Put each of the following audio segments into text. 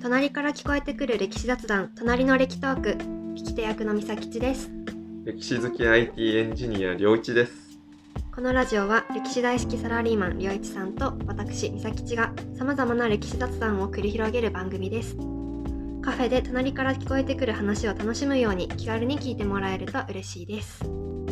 隣から聞こえてくる歴史雑談、隣の歴トーク。聞き手役のみさきちです。 歴史好き IT エンジニア良一です。 このラジオは歴史大好きサラリーマン良一さんと私みさきちがさまざまな歴史雑談を繰り広げる番組です。カフェで隣から聞こえてくる話を楽しむように気軽に聞いてもらえると嬉しいです。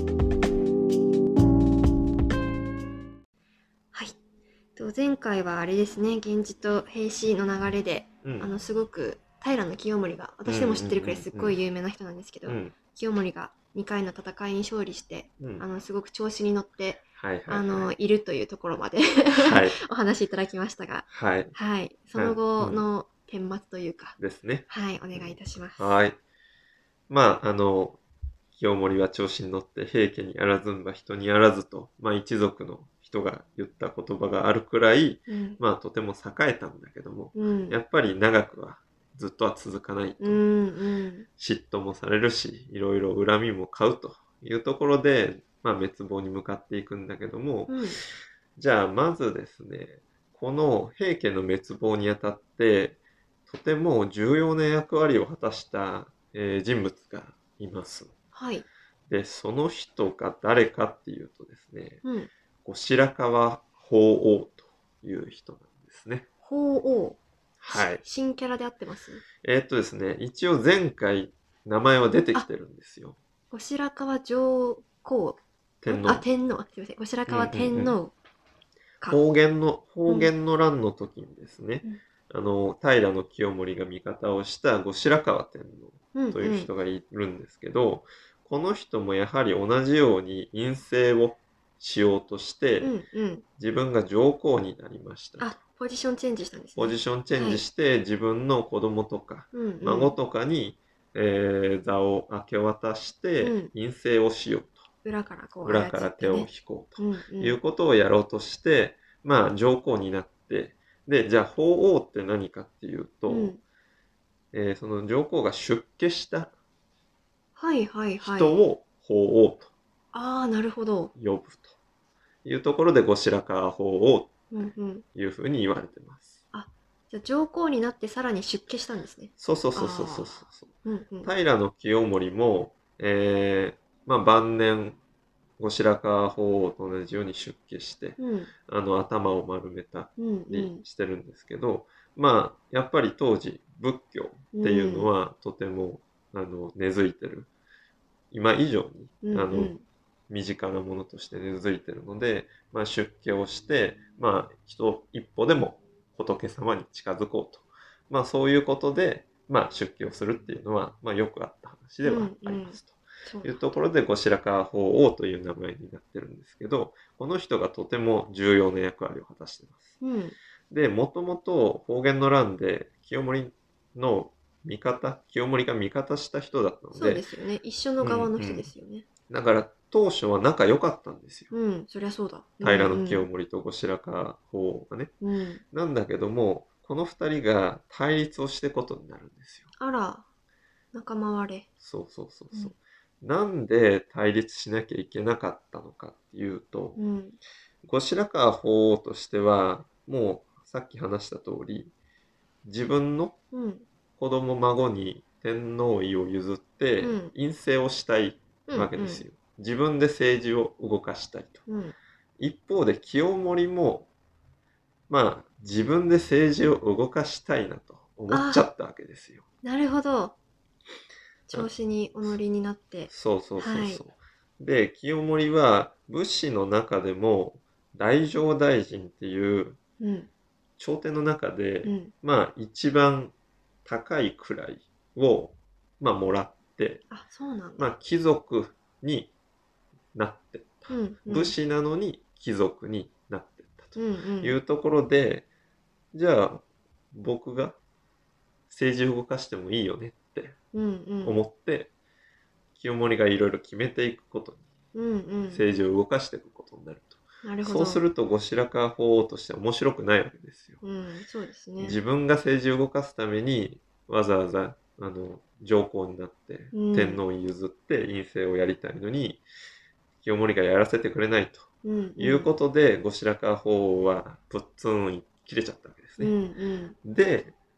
はい。前回はあれですね、源氏と平氏の流れで、すごく平清盛が、私でも知ってるくらいすっごい有名な人なんですけど、清盛が2回の戦いに勝利して、すごく調子に乗って、いるというところまでお話しいただきましたが、はい、その後の顛末というか、 ですね。 はい、お願いいたします。 はい。清盛は調子に乗って平家にあらずんば人にあらずと、一族の人が言った言葉があるくらい、とても栄えたんだけども、やっぱり長くはずっとは続かないと、嫉妬もされるし、いろいろ恨みも買うというところで、滅亡に向かっていくんだけども、じゃあまずですね、この平家の滅亡にあたって、とても重要な役割を果たした、人物がいます。 はい。 で、その人が誰かっていうとですね、後白河法皇という人なんですね。 法皇。 はい。 新キャラで合ってます？ ですね、一応前回名前は出てきてるんですよ。 後白河上皇。 天皇。 天皇。すいません。後白河天皇か。 方言の乱の時にですね、平清盛が味方をした後白河天皇という人がいるんですけど、この人もやはり同じように院政をしようとして、自分が上皇になりました。 ポジションチェンジしたんですね。 ポジションチェンジして、自分の子供とか、孫とかに、座を明け渡して、院政をしようと。 裏からこう、 裏から手を引こうということをやろうとして、上皇になって、で、じゃあ法皇って何かっていうと、その上皇が出家した人を法皇となるほど。 呼ぶというところで後白河法皇というふうに言われてます。 じゃあ上皇になってさらに出家したんですね。 そう。平清盛も、晩年後白河法皇と同じように出家して、頭を丸めたりしてるんですけど、やっぱり当時仏教っていうのはとても根付いてる、今以上に身近なものとして根付いてるので、出家をして一歩でも仏様に近づこうと、そういうことで出家をするっていうのはよくあった話ではありますと。いうところで後白河法皇という名前になってるんですけど、この人がとても重要な役割を果たしています。で、もともと方言の乱で清盛の清盛が味方した人だったので、 そうですよね。一緒の側の人ですよね。 だから当初は仲良かったんですよ。 そりゃそうだ。 平清盛と後白河法皇がね。なんだけども、この二人が対立をしてことになるんですよ。 あら、仲間割れ。 そう。なんで対立しなきゃいけなかったのかっていうと、後白河法皇としては、もうさっき話した通り、自分の子供孫に天皇位を譲って、院政をしたいわけですよ。自分で政治を動かしたいと。一方で清盛も、自分で政治を動かしたいなと思っちゃったわけですよ。 なるほど。調子にお乗りになって。 そう。で、清盛は武士の中でも太政大臣っていう朝廷の中で、一番高い位を、もらって、貴族になってった。武士なのに貴族になってったというところで、じゃあ僕が政治を動かしてもいいよねって思って、清盛がいろいろ決めていくことに、政治を動かしていくことになると。そうすると後白河法皇としては面白くないわけですよ。 そうですね。 自分が政治を動かすためにわざわざ上皇になって天皇に譲って院政をやりたいのに、清盛がやらせてくれないということで、後白河法皇はプッツン切れちゃったわけですね。で、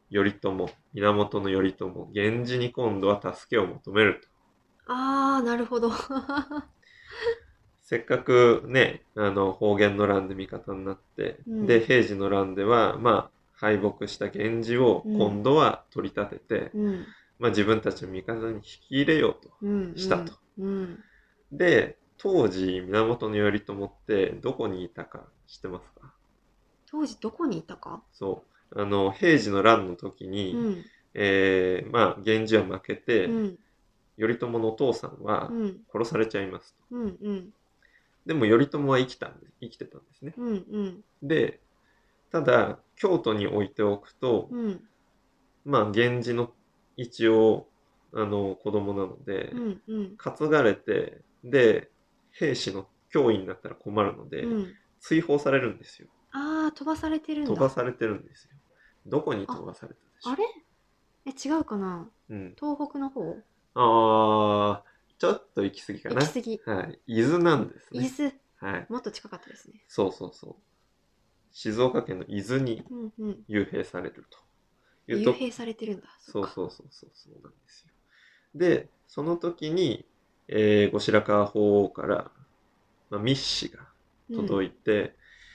頼朝、源頼朝、源氏に今度は助けを求めると。 ああ、なるほど。 せっかくね、方言の乱で味方になって、で、平治の乱では、敗北した源氏を今度は取り立てて、自分たちの味方に引き入れようとしたと。で、当時、源頼朝ってどこにいたか知ってますか？ 当時どこにいたか？ そう。平治の乱の時に、源氏は負けて、頼朝のお父さんは殺されちゃいますと。でも頼朝は生きてたんですね。で、ただ、京都に置いておくと、源氏の一応、子供なので、担がれて、で、兵士の脅威になったら困るので、追放されるんですよ。 ああ、飛ばされてるんだ。 飛ばされてるんですよ。どこに飛ばされたでしょう？ あれ違うかな、東北の方？ ちょっと行き過ぎかな。 行き過ぎ。 はい。伊豆なんですね。 伊豆。 はい。 もっと近かったですね。 そうそうそう。静岡県の伊豆に幽閉されると。 幽閉されてるんだ。 そうなんですよ。で、その時に、後白河法皇から、密使が届いて、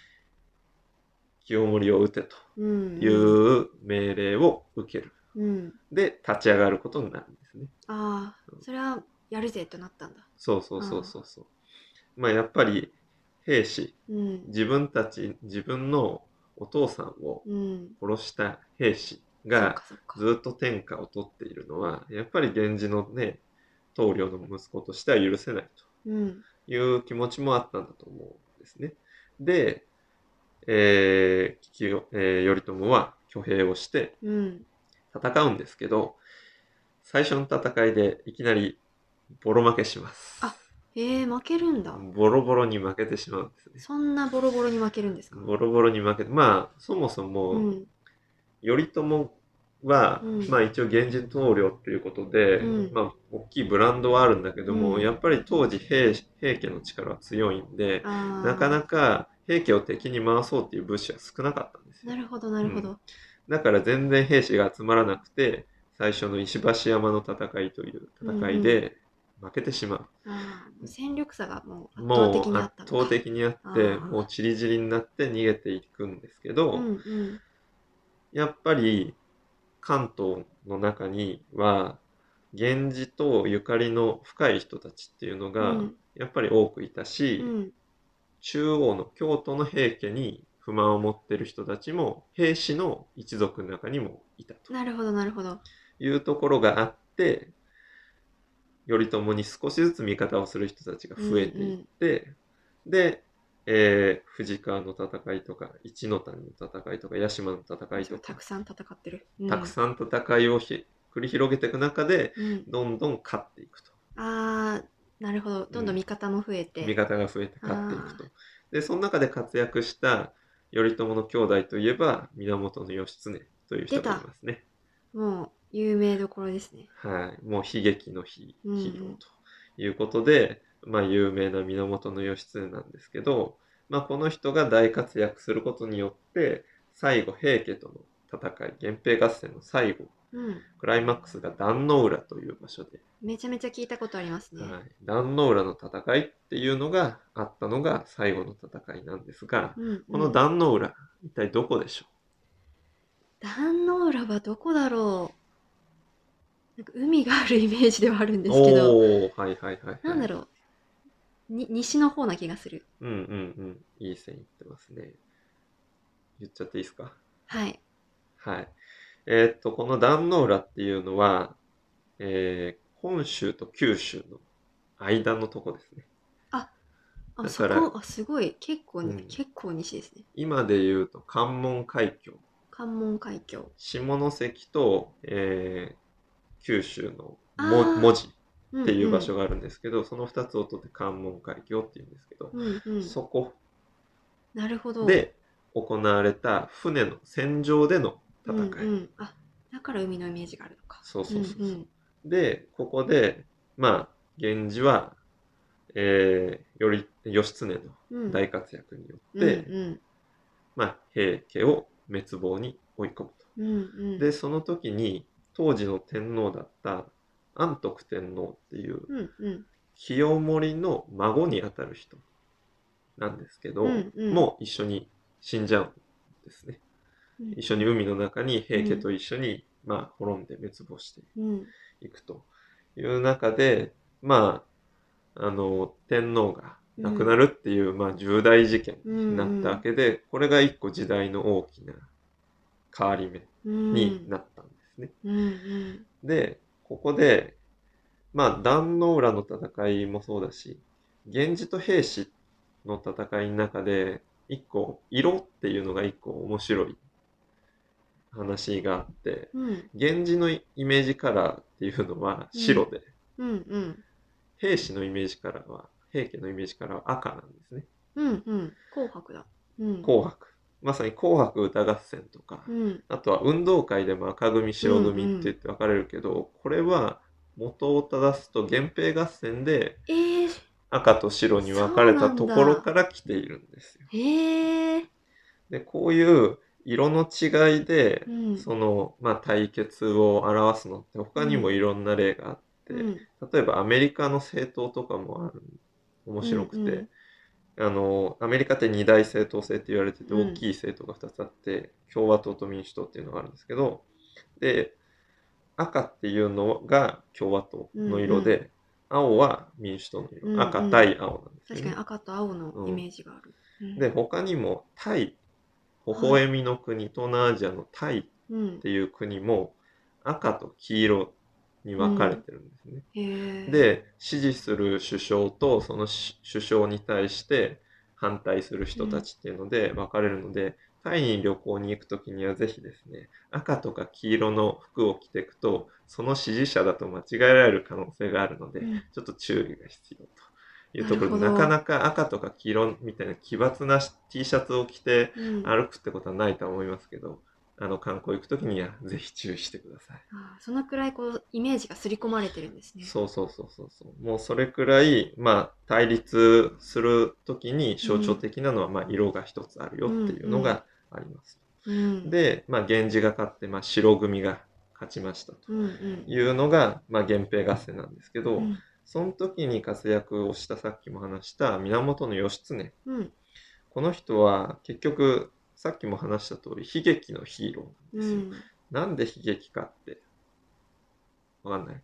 清盛を討てという命令を受ける。で、立ち上がることになるんですね。 ああ、それはやるぜとなったんだ。 そう。やっぱり兵士、自分のお父さんを殺した兵士がずっと天下を取っているのは、やっぱり源氏のね、棟梁の息子としては許せないという気持ちもあったんだと思うんですね。で、頼朝は挙兵をして戦うんですけど、最初の戦いでいきなりボロ負けします。 負けるんだ。 ボロボロに負けてしまうんですね。 そんなボロボロに負けるんですか？ ボロボロに負けて、そもそも、頼朝は、一応源氏棟梁っていうことで、大きいブランドはあるんだけども、やっぱり当時平家の力は強いんで、なかなか平家を敵に回そうっていう武士は少なかったんですよ。 なるほど。 だから全然兵士が集まらなくて、最初の石橋山の戦いという戦いで負けてしまう。 戦力差がもう圧倒的にあったのか。 もう圧倒的にあって、もうチリチリになって逃げていくんですけど、やっぱり関東の中には源氏とゆかりの深い人たちっていうのがやっぱり多くいたし、中央の京都の平家に不満を持ってる人たちも平氏の一族の中にもいたと。 なるほど。 いうところがあって、頼朝に少しずつ味方をする人たちが増えていって、で、藤川の戦いとか一ノ谷の戦いとか屋島の戦いとかたくさん戦ってる、 たくさん戦いを繰り広げていく中で、どんどん勝っていくと。 なるほど。どんどん味方も増えて、 味方が増えて勝っていくと。でその中で活躍した頼朝の兄弟といえば源義経という人がいますね。 もう有名どころですね。 はい、もう悲劇のヒーローということで、有名な源義経なんですけど、この人が大活躍することによって最後平家との戦い、源平合戦の最後、クライマックスが壇ノ浦という場所で、 めちゃめちゃ聞いたことありますね。 壇ノ浦の戦いっていうのがあったのが最後の戦いなんですが、この壇ノ浦一体どこでしょう？壇ノ浦はどこだろう？なんか海があるイメージではあるんですけど、なんだろう、西の方な気がする。 いい線いってますね。言っちゃっていいですか？ はい。 この壇ノ浦っていうのは、本州と九州の間のとこですね。 そこ、すごい、結構西ですね。 今で言うと関門海峡。下関と、九州の門司っていう場所があるんですけど、その2つを取って関門海峡っていうんですけど、そこで行われた船の船上での戦い。 だから海のイメージがあるのか。 そう。で、ここで、源氏は、義経の大活躍によって、平家を滅亡に追い込むと。 うんうん、 でその時に当時の天皇だった安徳天皇っていう清盛の孫にあたる人なんですけど、 うんうん、 もう一緒に死んじゃうんですね。 うん、 一緒に海の中に平家と一緒に、まあ、滅んで滅亡していくという中で、まあ、天皇が亡くなるっていう、まあ、重大事件になったわけで、これが一個時代の大きな変わり目になったんですね。で、ここで、まあ、壇ノ浦の戦いもそうだし、源氏と平氏の戦いの中で、一個、色っていうのが一個面白い話があって、源氏のイメージカラーっていうのは白で、平氏のイメージカラーは、平家のイメージカラーは赤なんですね。 紅白だ。 紅白。まさに紅白歌合戦とか、あとは運動会でも赤組白組って言って分かれるけど、これは元を正すと源平合戦で赤と白に分かれたところから来ているんですよ。でこういう色の違いで、その、まあ、対決を表すのって他にもいろんな例があって、例えばアメリカの政党とかもある面白くて、アメリカって二大政党制って言われてて、大きい政党が2つあって、共和党と民主党っていうのがあるんですけど、で、赤っていうのが共和党の色で、青は民主党の色。赤対青なんですね。 確かに赤と青のイメージがある。 で、他にもタイ、微笑みの国、東南アジアのタイっていう国も赤と黄色に分かれてるんですね。で、支持する首相とその首相に対して反対する人たちっていうので分かれるので、タイに旅行に行くときにはぜひですね、赤とか黄色の服を着ていくと、その支持者だと間違えられる可能性があるので、ちょっと注意が必要というところで、なかなか赤とか黄色みたいな奇抜な T シャツを着て歩くってことはないと思いますけど、観光行くときにはぜひ注意してください。 そのくらいこうイメージが刷り込まれてるんですね。 そう。もうそれくらい、まあ、対立するときに象徴的なのは、まあ、色が一つあるよっていうのがあります。で、まあ、源氏が勝って、まあ、白組が勝ちましたというのが、まあ、源平合戦なんですけど、その時に活躍をしたさっきも話した源義経、この人は結局さっきも話した通り悲劇のヒーローなんですよ。なんで悲劇かってわかんない？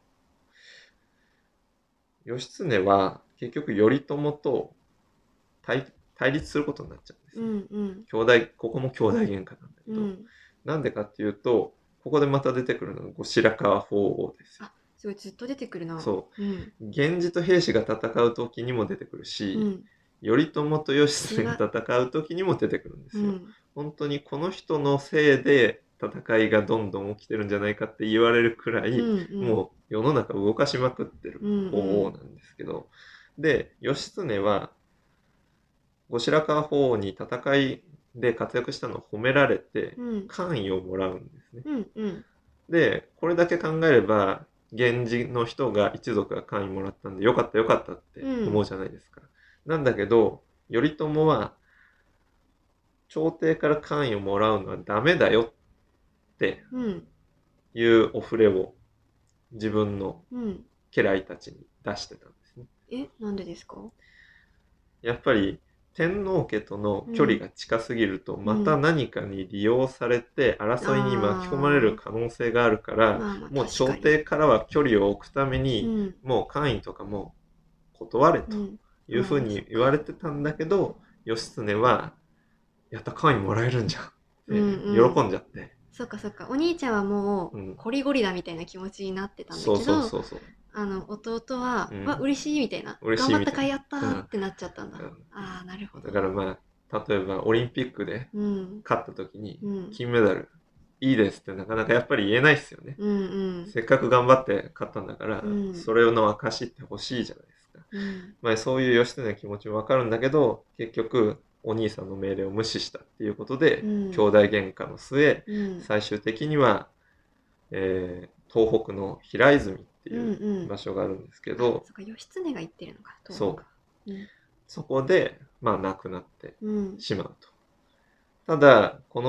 義経は結局頼朝と対立することになっちゃうんですね。ここも兄弟喧嘩なんだけど、なんでかっていうと、ここでまた出てくるのが後白河法皇ですよ。 すごいずっと出てくるな。 そう。源氏と平氏が戦う時にも出てくるし、頼朝と義経が戦う時にも出てくるんですよ。本当にこの人のせいで戦いがどんどん起きてるんじゃないかって言われるくらい、もう世の中動かしまくってる法皇なんですけど、で、義経は後白河法皇に戦いで活躍したのを褒められて、官位をもらうんですね。で、これだけ考えれば、源氏の人が一族が官位もらったんでよかったって思うじゃないですか。なんだけど、頼朝は朝廷から官位をもらうのはダメだよっていうお触れを自分の家来たちに出してたんですね。 なんでですか？ やっぱり天皇家との距離が近すぎると、また何かに利用されて争いに巻き込まれる可能性があるから、もう朝廷からは距離を置くために、もう官位とかも断れというふうに言われてたんだけど、義経はやった官位もらえるんじゃんって喜んじゃって。 そっかお兄ちゃんはもうコリゴリだみたいな気持ちになってたんだけど、弟は、嬉しいみたいな、頑張ったかいやったーってなっちゃったんだ。なるほど。 だからまあ、例えばオリンピックで勝った時に、金メダルいいですってなかなかやっぱり言えないですよね。せっかく頑張って勝ったんだから、それの証って欲しいじゃないですか。まあそういう義経の気持ちもわかるんだけど、結局お兄さんの命令を無視したっていうことで、兄弟喧嘩の末、最終的には、東北の平泉っていう場所があるんですけど、 義経が言ってるのか。 そこでまあ亡くなってしまうと。ただこの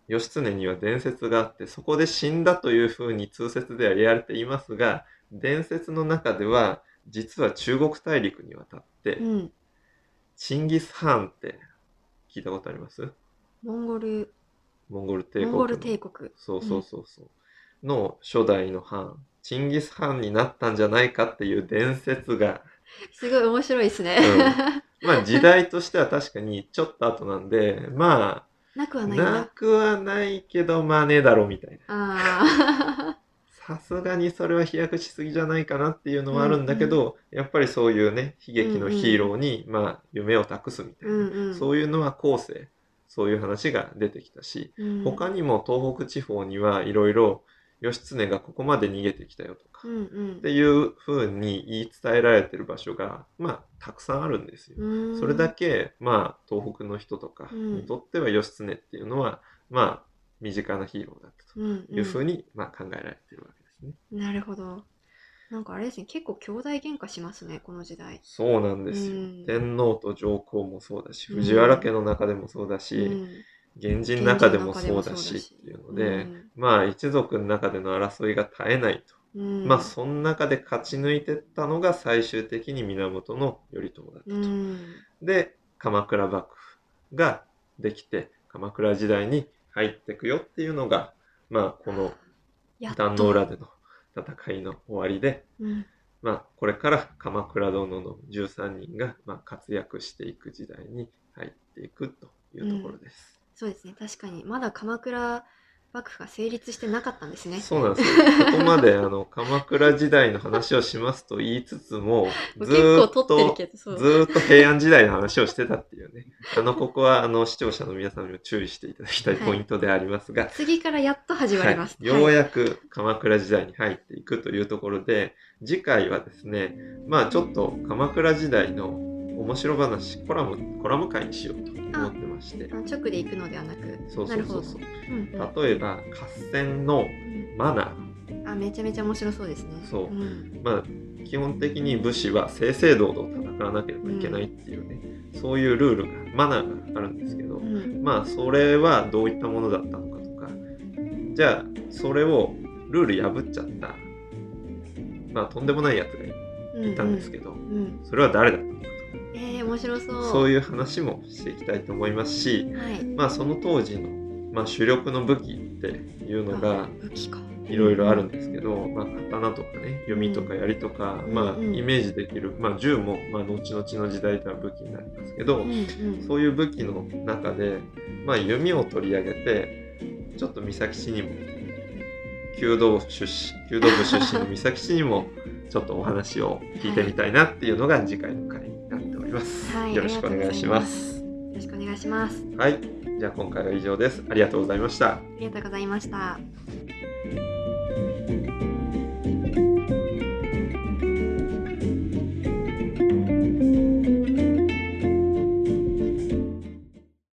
義経には伝説があって、そこで死んだというふうに通説では言われていますが、伝説の中では実は中国大陸に渡って、チンギス・ハーンって聞いたことあります？ モンゴル帝国。そうそうそうそう。の初代のハーン。チンギス・ハーンになったんじゃないかっていう伝説が。 すごい面白いですね。 まあ時代としては確かにちょっと後なんで、まあ、 なくはないけど、まあねえだろみたいな。さすがにそれは飛躍しすぎじゃないかなっていうのはあるんだけど、やっぱりそういうね、悲劇のヒーローに、まあ夢を託すみたいな、そういうのは後世、そういう話が出てきたし、他にも東北地方にはいろいろ義経がここまで逃げてきたよとか、っていう風に言い伝えられてる場所が、まあたくさんあるんですよ。それだけ、まあ東北の人とかにとっては義経っていうのは、まあ身近なヒーローだったという風に、まあ考えられているわけですね。 なるほど。なんかあれですね、結構兄弟喧嘩しますね、この時代。 そうなんですよ。天皇と上皇もそうだし、藤原家の中でもそうだし、源氏の中でもそうだしっていうので、まあ一族の中での争いが絶えないと。まあその中で勝ち抜いてったのが最終的に源頼朝だったと。で、鎌倉幕府ができて、鎌倉時代に入っていくよっていうのが、まあこの壇ノ浦での戦いの終わりで、まあこれから鎌倉殿の13人がまあ活躍していく時代に入っていくというところです。 そうですね、確かにまだ鎌倉幕府が成立してなかったんですね。 そうなんですよ。ここまで鎌倉時代の話をしますと言いつつも、ずっと平安時代の話をしてたっていうね。ここは視聴者の皆さんにも注意していただきたいポイントでありますが、 次からやっと始まります。 ようやく鎌倉時代に入っていくというところで、次回はですね、まあちょっと鎌倉時代の面白話コラム会にしようと思ってまして、 直で行くのではなく、 そう、例えば合戦のマナー、めちゃめちゃ面白そうですね。 そう、まあ基本的に武士は正々堂々戦わなければいけないっていうね、そういうルールがマナーがあるんですけど、まあそれはどういったものだったのかとか、じゃあそれをルール破っちゃったまあとんでもないやつがいたんですけど、それは誰だったのかとか、 面白そう。 そういう話もしていきたいと思いますし、まあその当時の、まあ、主力の武器っていうのがいろいろあるんですけど、まあ刀とかね、弓とか槍とか、まあイメージできる、まあ銃もまあ後々の時代では武器になりますけど、そういう武器の中で、まあ弓を取り上げて、ちょっと三崎市にも弓道部出身の三崎市にもちょっとお話を聞いてみたいなっていうのが次回の回になっております。よろしくお願いします。 よろしくお願いします。 はい、じゃあ今回は以上です。ありがとうございました。 ありがとうございました。